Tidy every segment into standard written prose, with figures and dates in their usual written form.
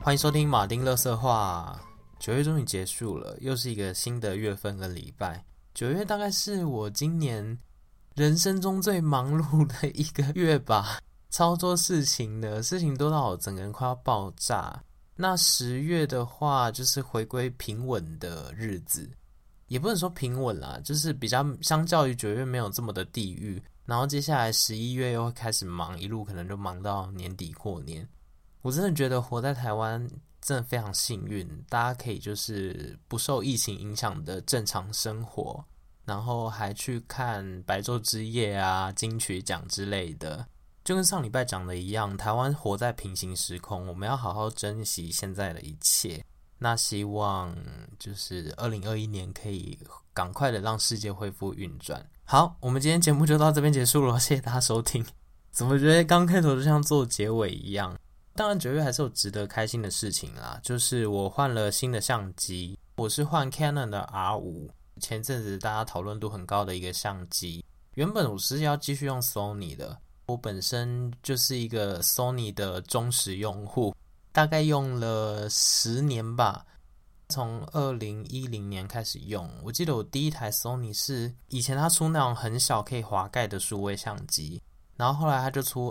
欢迎收听马丁垃圾话。9月终于结束了，又是一个新的月份跟礼拜。9月大概是我今年人生中最忙碌的一个月吧，超多事情的，事情多到我整个人快要爆炸。那10月的话，就是回归平稳的日子，也不能说平稳啦，就是比较相较于9月没有这么的地狱。然后接下来11月又会开始忙，一路可能就忙到年底过年。我真的觉得活在台湾真的非常幸运，大家可以就是不受疫情影响的正常生活，然后还去看白昼之夜啊、金曲奖之类的。就跟上礼拜讲的一样，台湾活在平行时空，我们要好好珍惜现在的一切。那希望就是2021年可以赶快的让世界恢复运转。好，我们今天节目就到这边结束了，谢谢大家收听。怎么觉得刚开头就像做结尾一样？当然9月还是有值得开心的事情啦，就是我换了新的相机，我是换 Canon 的 R5， 前阵子大家讨论度很高的一个相机。原本我是要继续用 Sony 的，我本身就是一个 Sony 的忠实用户，大概用了10年吧，从2010年开始用。我记得我第一台 Sony 是以前它出那种很小可以滑盖的数位相机，然后后来它就出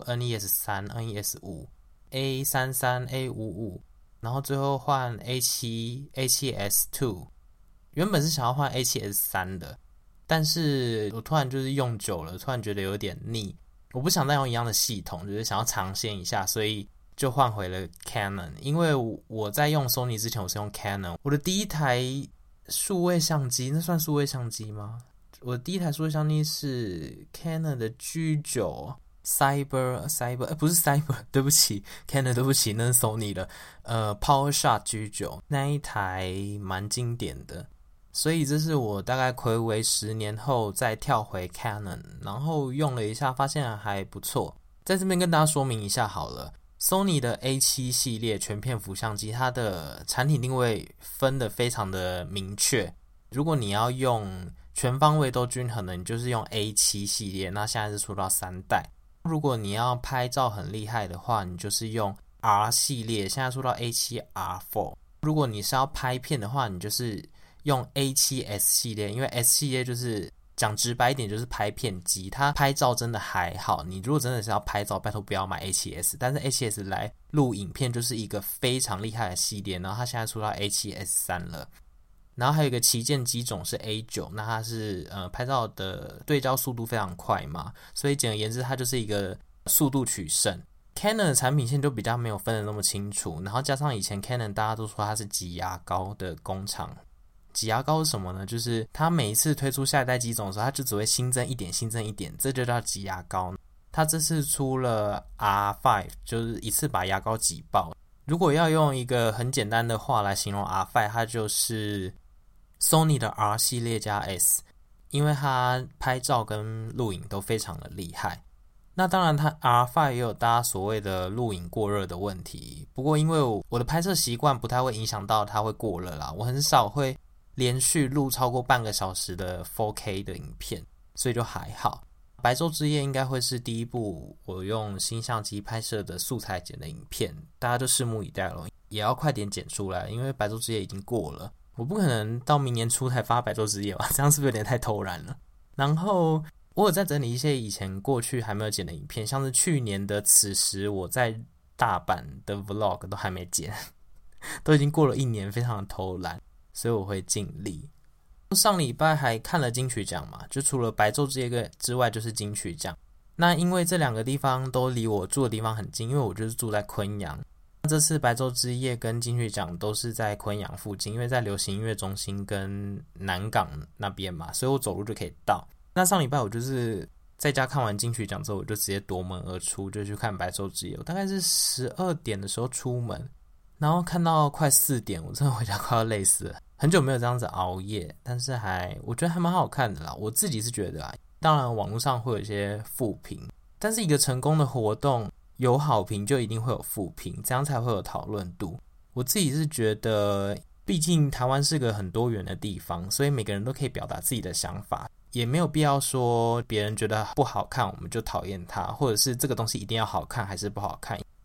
NES3、NES5、A33、A55， 然后最后换 A7、A7S2。原本是想要换 A7S3 的，但是我突然就是用久了，突然觉得有点腻，我不想再用一样的系统，就是想要尝鲜一下，所以就换回了 Canon。 因为我在用 Sony 之前我是用 Canon， 我的第一台数位相机，那算数位相机吗？我的第一台数位相机是 Canon 的 G9 Cyber 不是 Cyber， 对不起 Canon， 对不起，那是 Sony 的PowerShot G9， 那一台蛮经典的。所以这是我大概睽违10年后再跳回 Canon， 然后用了一下发现还不错。在这边跟大家说明一下好了， Sony 的 A7 系列全片幅相机，它的产品定位分得非常的明确。如果你要用全方位都均衡的，你就是用 A7 系列，那现在是出到3代。如果你要拍照很厉害的话，你就是用 R 系列，现在出到 A7R4。 如果你是要拍片的话，你就是用 A7S 系列，因为 S 系列就是讲直白一点就是拍片机，它拍照真的还好，你如果真的是要拍照，拜托不要买 A7S， 但是 A7S 来录影片就是一个非常厉害的系列，然后它现在出到 A7S3 了。然后还有一个旗舰机种是 A9， 那它是拍照的对焦速度非常快嘛，所以简而言之它就是一个速度取胜。 Canon 的产品线就比较没有分得那么清楚，然后加上以前 Canon 大家都说它是挤牙膏的工厂。挤牙膏是什么呢？就是它每一次推出下一代机种的时候，它就只会新增一点新增一点，这就叫挤牙膏。它这次出了 R5， 就是一次把牙膏挤爆。如果要用一个很简单的话来形容 R5， 它就是Sony 的 R 系列加 S， 因为它拍照跟录影都非常的厉害。那当然它 R5 也有大家所谓的录影过热的问题，不过因为我的拍摄习惯不太会影响到它会过热啦，我很少会连续录超过半个小时的 4K 的影片，所以就还好。白昼之夜应该会是第一部我用新相机拍摄的素材剪的影片，大家就拭目以待咯，也要快点剪出来，因为白昼之夜已经过了，我不可能到明年初才发白昼之夜吧，这样是不是有点太偷懒了？然后我有在整理一些以前过去还没有剪的影片，像是去年的此时我在大阪的 vlog 都还没剪，都已经过了1年，非常的偷懒，所以我会尽力。上礼拜还看了金曲奖嘛，就除了白昼之夜之外就是金曲奖。那因为这2个地方都离我住的地方很近，因为我就是住在昆阳，这次白昼之夜跟金曲奖都是在昆阳附近，因为在流行音乐中心跟南港那边嘛，所以我走路就可以到。那上礼拜我就是在家看完金曲奖之后，我就直接夺门而出，就去看白昼之夜。我大概是12点的时候出门，然后看到快4点，我真的回家快要累死了。很久没有这样子熬夜，但是我觉得还蛮好看的啦，我自己是觉得啦。当然网络上会有一些负评，但是一个成功的活动有好评就一定会有负评，这样才会有讨论度。我自己是觉得毕竟台湾是个很多元的地方，所以每个人都可以表达自己的想法，也没有必要说别人觉得不好看我们就讨厌它，或者是这个东西一定要好看还是不好看。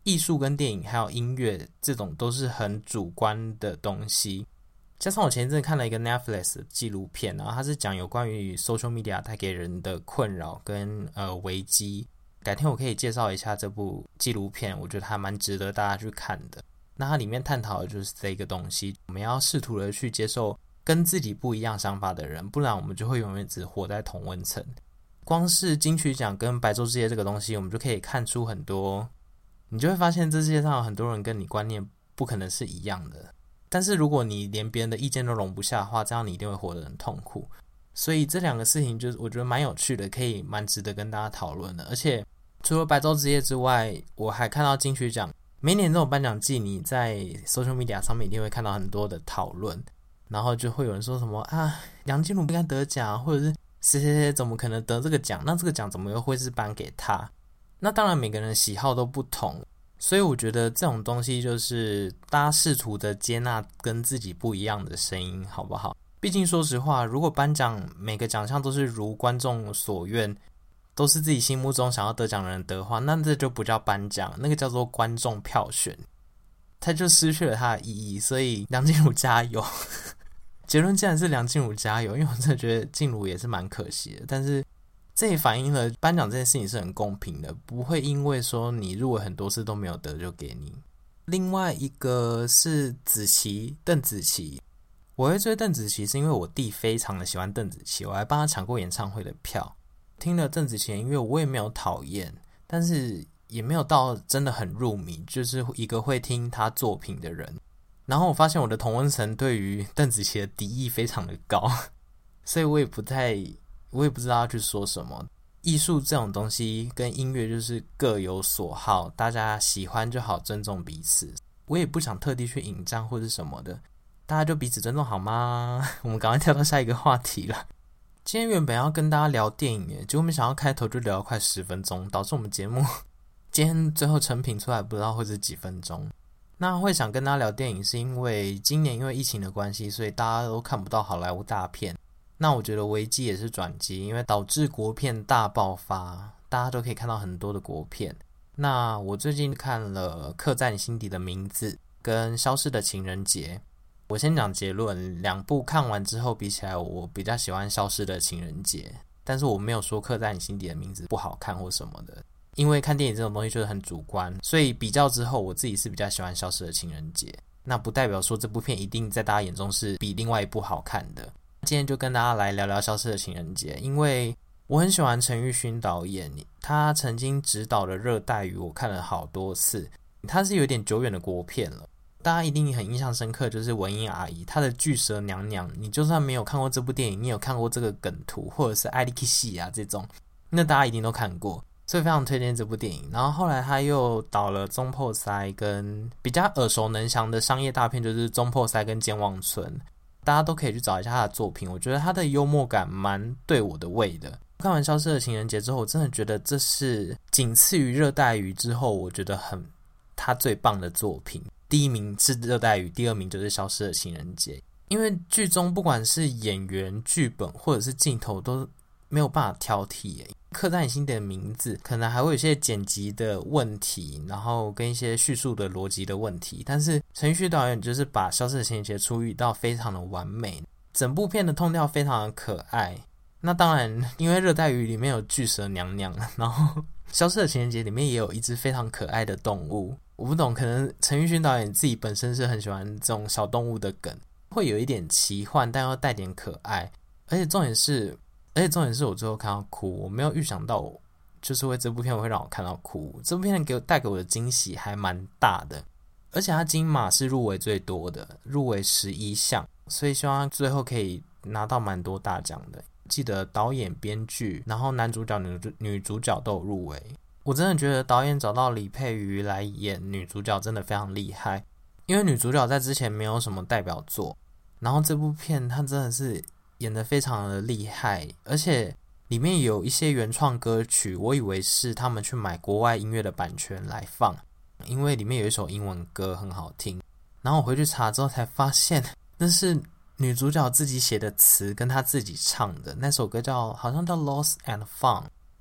艺术跟电影还有音乐这种都是很主观的东西。加上我前一阵看了一个 Netflix 的纪录片，然后它是讲有关于 social media 带给人的困扰跟危机。改天我可以介绍一下这部纪录片，我觉得还蛮值得大家去看的。那它里面探讨的就是这个东西，我们要试图的去接受跟自己不一样想法的人，不然我们就会永远只活在同温层。光是金曲奖跟白昼之夜这个东西，我们就可以看出很多，你就会发现这世界上有很多人跟你观念不可能是一样的。但是如果你连别人的意见都容不下的话，这样你一定会活得很痛苦。所以这两个事情就是我觉得蛮有趣的，可以蛮值得跟大家讨论的。而且除了白昼之夜之外，我还看到金曲奖每年这种颁奖季，你在 social media 上面一定会看到很多的讨论，然后就会有人说什么啊，梁静茹不应该得奖，或者是谁谁谁怎么可能得这个奖，那这个奖怎么又会是颁给他。那当然每个人的喜好都不同，所以我觉得这种东西就是大家试图的接纳跟自己不一样的声音，好不好？毕竟说实话，如果颁奖每个奖项都是如观众所愿，都是自己心目中想要得奖的人得的话，那这就不叫颁奖，那个叫做观众票选，它就失去了它的意义。所以梁静茹加油结论竟然是梁静茹加油，因为我真的觉得静茹也是蛮可惜的，但是这也反映了颁奖这件事情是很公平的，不会因为说你入围很多次都没有得就给你。另外一个是子琪，邓紫棋。我会追邓紫棋是因为我弟非常的喜欢邓紫棋，我还帮他抢过演唱会的票。听了邓紫棋的音乐我也没有讨厌，但是也没有到真的很入迷，就是一个会听他作品的人。然后我发现我的同温层对于邓紫棋的敌意非常的高，所以我也不知道要去说什么。艺术这种东西跟音乐就是各有所好，大家喜欢就好，尊重彼此。我也不想特地去引战或是什么的，大家就彼此尊重好吗？我们赶快跳到下一个话题了。今天原本要跟大家聊电影耶，结果没想到开头就聊了快10分钟，导致我们节目今天最后成品出来不知道会是几分钟。那会想跟大家聊电影是因为今年因为疫情的关系，所以大家都看不到好莱坞大片。那我觉得危机也是转机，因为导致国片大爆发，大家都可以看到很多的国片。那我最近看了《刻在你心底的名字》跟《消失的情人节》。我先讲结论，两部看完之后比起来，我比较喜欢《消失的情人节》，但是我没有说刻在你心底的名字不好看或什么的，因为看电影这种东西就是很主观，所以比较之后我自己是比较喜欢《消失的情人节》，那不代表说这部片一定在大家眼中是比另外一部好看的。今天就跟大家来聊聊《消失的情人节》，因为我很喜欢陈玉勋导演，他曾经执导的《热带鱼》我看了好多次，他是有点久远的国片了，大家一定很印象深刻，就是文英阿姨她的巨蛇娘娘，你就算没有看过这部电影，你有看过这个梗图或者是艾利克西啊这种，那大家一定都看过，所以非常推荐这部电影。然后后来他又导了中破塞跟比较耳熟能详的商业大片，就是中破塞跟健忘村，大家都可以去找一下他的作品，我觉得他的幽默感蛮对我的胃的。看完《消失的情人节》之后，我真的觉得这是仅次于《热带鱼》之后，我觉得他最棒的作品。第一名是《热带鱼》，第二名就是《消失的情人节》。因为剧中不管是演员、剧本或者是镜头都没有办法挑剔耶。刻在你心底的名字可能还会有一些剪辑的问题，然后跟一些叙述的逻辑的问题，但是陈玉勋导演就是把《消失的情人节》处理到非常的完美，整部片的通调非常的可爱。那当然因为《热带鱼》里面有巨蛇娘娘，然后《消失的情人节》里面也有一只非常可爱的动物，我不懂，可能陈玉勋导演自己本身是很喜欢这种小动物的梗，会有一点奇幻但又带点可爱，而且重点是我最后看到哭，我没有预想到就是这部片会让我看到哭，这部片带给我的惊喜还蛮大的，而且他金马是入围最多的，入围11项，所以希望他最后可以拿到蛮多大奖的。记得导演、编剧，然后男主角、女主角都有入围。我真的觉得导演找到李佩瑜来演女主角真的非常厉害，因为女主角在之前没有什么代表作，然后这部片她真的是演得非常的厉害，而且里面有一些原创歌曲，我以为是他们去买国外音乐的版权来放，因为里面有一首英文歌很好听，然后我回去查之后才发现那是女主角自己写的词跟她自己唱的，那首歌好像叫 Lost and Found，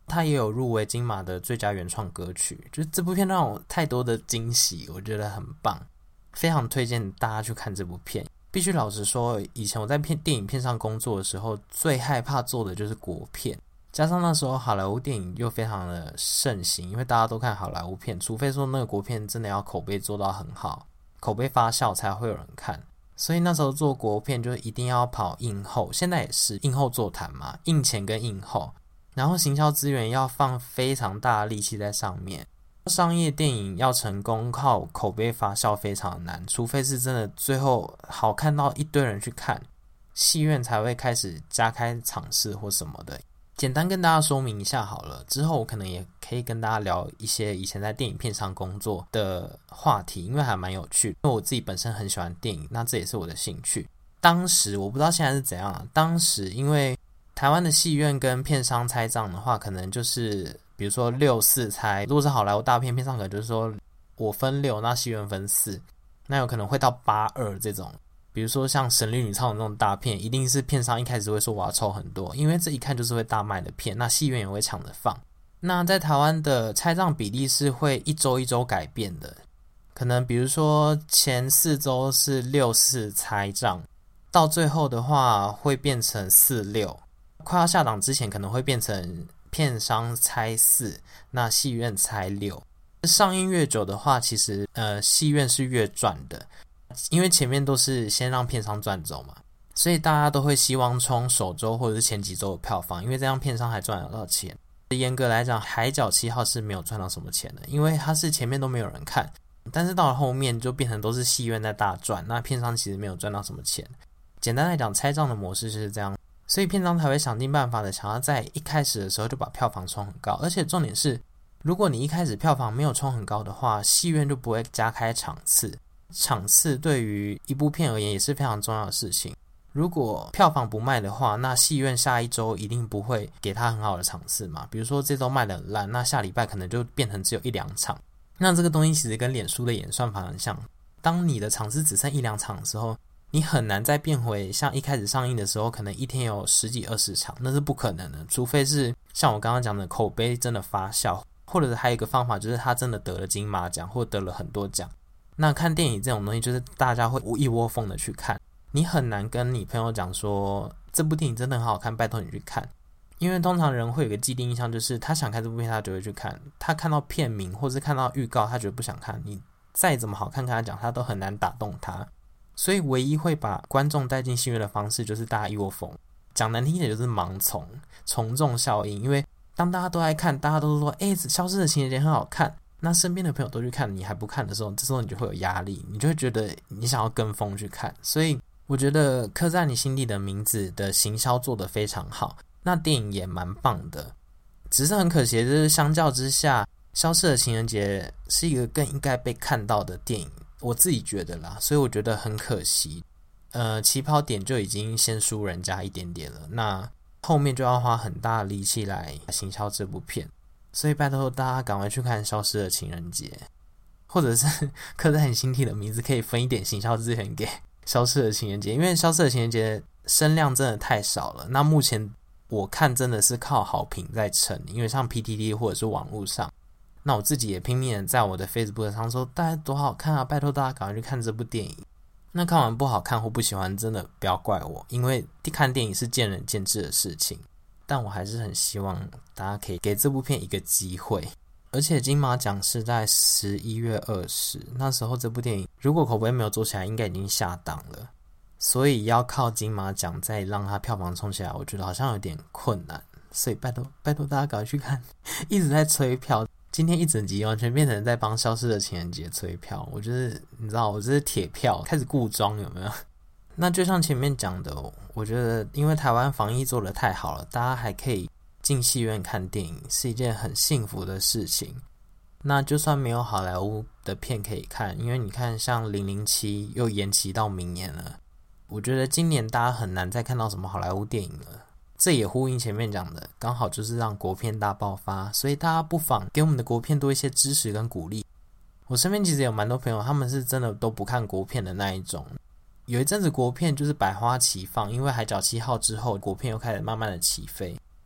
它也有入围金马的最佳原创歌曲，就是这部片让我太多的惊喜，我觉得很棒，非常推荐大家去看这部片。必须老实说，以前我在电影片上工作的时候，最害怕做的就是国片，加上那时候好莱坞电影又非常的盛行，因为大家都看好莱坞片，除非说那个国片真的要口碑做到很好，口碑发酵才会有人看。所以那时候做国片就一定要跑映后，现在也是映后座谈嘛，映前跟映后，然后行销资源要放非常大的力气在上面。商业电影要成功，靠口碑发酵非常难，除非是真的最后好看到一堆人去看，戏院才会开始加开场次或什么的。简单跟大家说明一下好了，之后我可能也可以跟大家聊一些以前在电影片上工作的话题，因为还蛮有趣，因为我自己本身很喜欢电影，那这也是我的兴趣。当时我不知道现在是怎样，当时因为台湾的戏院跟片商拆账的话，可能就是比如说6-4拆，如果是好莱坞大片，片商可能就是说我分6，那戏院分4，那有可能会到8-2这种。比如说像神力女超人那种大片，一定是片商一开始会说我要抽很多，因为这一看就是会大卖的片，那戏院也会抢着放。那在台湾的拆账比例是会一周一周改变的，可能比如说前4周是6-4拆账，到最后的话会变成4-6，快要下档之前可能会变成片商拆4，那戏院拆6。上映越久的话，其实戏院是越赚的，因为前面都是先让片商赚走嘛，所以大家都会希望冲首周或者是前几周的票房，因为这样片商还赚得到钱。严格来讲，海角7号是没有赚到什么钱的，因为它是前面都没有人看，但是到了后面就变成都是戏院在大赚，那片商其实没有赚到什么钱。简单来讲，拆账的模式就是这样，所以片商才会想尽办法的想要在一开始的时候就把票房冲很高，而且重点是，如果你一开始票房没有冲很高的话，戏院就不会加开场次。场次对于一部片而言也是非常重要的事情，如果票房不卖的话，那戏院下一周一定不会给他很好的场次嘛，比如说这周卖得很烂，那下礼拜可能就变成只有1-2场。那这个东西其实跟脸书的演算法很像，当你的场次只剩1-2场的时候，你很难再变回像一开始上映的时候可能一天有10几20场，那是不可能的，除非是像我刚刚讲的口碑真的发酵，或者是还有一个方法就是他真的得了金马奖或得了很多奖。那看电影这种东西就是大家会一窝蜂的去看，你很难跟你朋友讲说这部电影真的很好看，拜托你去看，因为通常人会有一个既定印象，就是他想看这部片他就会去看，他看到片名或是看到预告他觉得不想看，你再怎么好看跟他讲他都很难打动他。所以唯一会把观众带进戏院的方式就是大家一窝蜂，讲难听一点就是盲从众效应，因为当大家都爱看，大家都说消失的情人节很好看，那身边的朋友都去看，你还不看的时候，这时候你就会有压力，你就会觉得你想要跟风去看。所以我觉得刻在你心底的名字的行销做得非常好，那电影也蛮棒的，只是很可惜的就是相较之下，消失的情人节是一个更应该被看到的电影，我自己觉得啦，所以我觉得很可惜。起跑点就已经先输人家一点点了，那后面就要花很大的力气来行销这部片。所以拜托大家赶快去看消失的情人节，或者是刻在你心底的名字可以分一点行销资源给消失的情人节，因为消失的情人节声量真的太少了，那目前我看真的是靠好评在撑，因为像 PTT 或者是网络上，那我自己也拼命的在我的 Facebook 上说大家多好看啊，拜托大家赶快去看这部电影。那看完不好看或不喜欢真的不要怪我，因为看电影是见仁见智的事情，但我还是很希望大家可以给这部片一个机会。而且金马奖是在11月20，那时候这部电影如果口碑没有做起来应该已经下档了，所以要靠金马奖再让它票房冲起来，我觉得好像有点困难，所以拜托大家赶快去看。一直在催票，今天一整集完全变成在帮消失的情人节催票，我就是你知道我这是铁票开始固装有没有。那就像前面讲的，我觉得因为台湾防疫做得太好了，大家还可以进戏院看电影，是一件很幸福的事情。那就算没有好莱坞的片可以看，因为你看像007又延期到明年了，我觉得今年大家很难再看到什么好莱坞电影了。这也呼应前面讲的，刚好就是让国片大爆发，所以大家不妨给我们的国片多一些支持跟鼓励。我身边其实有蛮多朋友，他们是真的都不看国片的那一种。有一阵子国片就是百花齐放，因为海角7号之后国片又开始慢慢的起飞，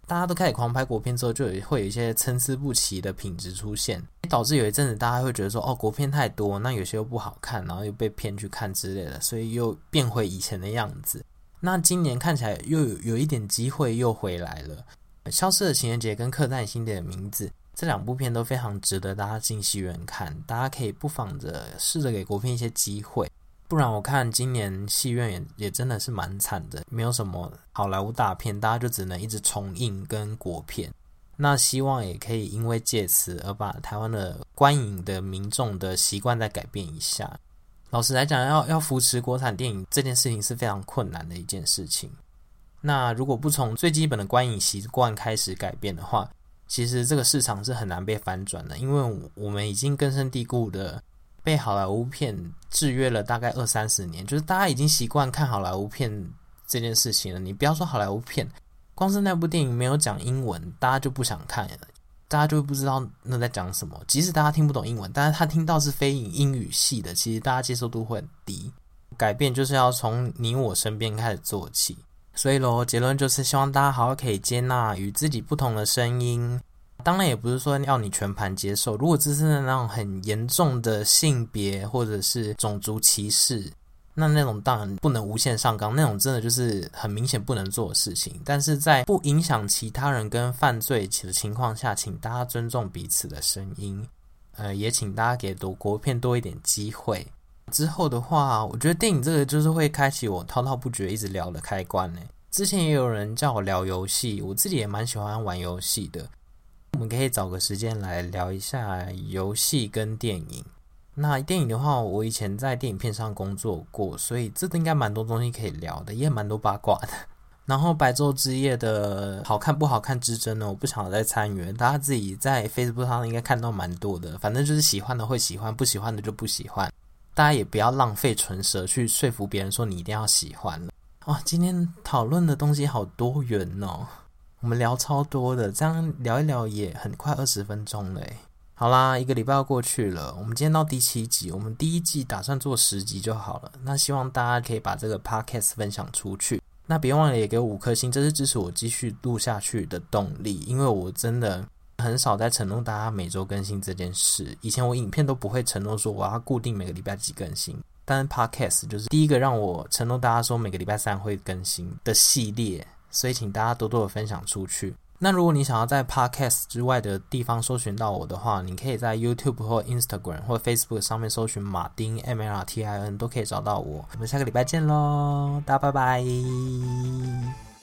大家都开始狂拍国片之后，就会有一些参差不齐的品质出现，导致有一阵子大家会觉得说，国片太多，那有些又不好看，然后又被骗去看之类的，所以又变回以前的样子。那今年看起来又有一点机会又回来了。消失的情人节跟刻在你心底的名字这两部片都非常值得大家进戏院看，大家可以不妨着试着给国片一些机会，不然我看今年戏院 也真的是蛮惨的，没有什么好莱坞大片，大家就只能一直重映跟国片。那希望也可以因为借此而把台湾的观影的民众的习惯再改变一下。老实来讲，要扶持国产电影这件事情是非常困难的一件事情。那如果不从最基本的观影习惯开始改变的话，其实这个市场是很难被翻转的，因为我们已经根深蒂固的被好莱坞片制约了大概20-30年，就是大家已经习惯看好莱坞片这件事情了。你不要说好莱坞片，光是那部电影没有讲英文，大家就不想看了，大家就不知道那在讲什么。即使大家听不懂英文，但是他听到是非英语系的，其实大家接受度会很低。改变就是要从你我身边开始做起。所以咯，结论就是希望大家好好可以接纳与自己不同的声音，当然也不是说要你全盘接受，如果这是那种很严重的性别或者是种族歧视，那种当然不能无限上纲，那种真的就是很明显不能做的事情。但是在不影响其他人跟犯罪的情况下，请大家尊重彼此的声音，也请大家给国片多一点机会。之后的话，我觉得电影这个就是会开启我滔滔不绝一直聊的开关耶。之前也有人叫我聊游戏，我自己也蛮喜欢玩游戏的，我们可以找个时间来聊一下游戏跟电影。那电影的话，我以前在电影片上工作过，所以这应该蛮多东西可以聊的，也蛮多八卦的。然后白昼之夜的好看不好看之争呢，我不想再参与了，大家自己在 Facebook 上应该看到蛮多的，反正就是喜欢的会喜欢，不喜欢的就不喜欢。大家也不要浪费唇舌去说服别人说你一定要喜欢了。今天讨论的东西好多元哦，我们聊超多的，这样聊一聊也很快20分钟了耶。好啦，一个礼拜要过去了，我们今天到第7集，我们第一季打算做10集就好了。那希望大家可以把这个 podcast 分享出去，那别忘了也给我5颗星，这是支持我继续录下去的动力，因为我真的很少在承诺大家每周更新这件事。以前我影片都不会承诺说我要固定每个礼拜几更新，但是 podcast 就是第一个让我承诺大家说每个礼拜3会更新的系列，所以请大家多多的分享出去。那如果你想要在 podcast 之外的地方搜寻到我的话，你可以在 YouTube 或 Instagram 或 Facebook 上面搜寻马丁 MARTIN 都可以找到我。我们下个礼拜见咯，大家拜拜。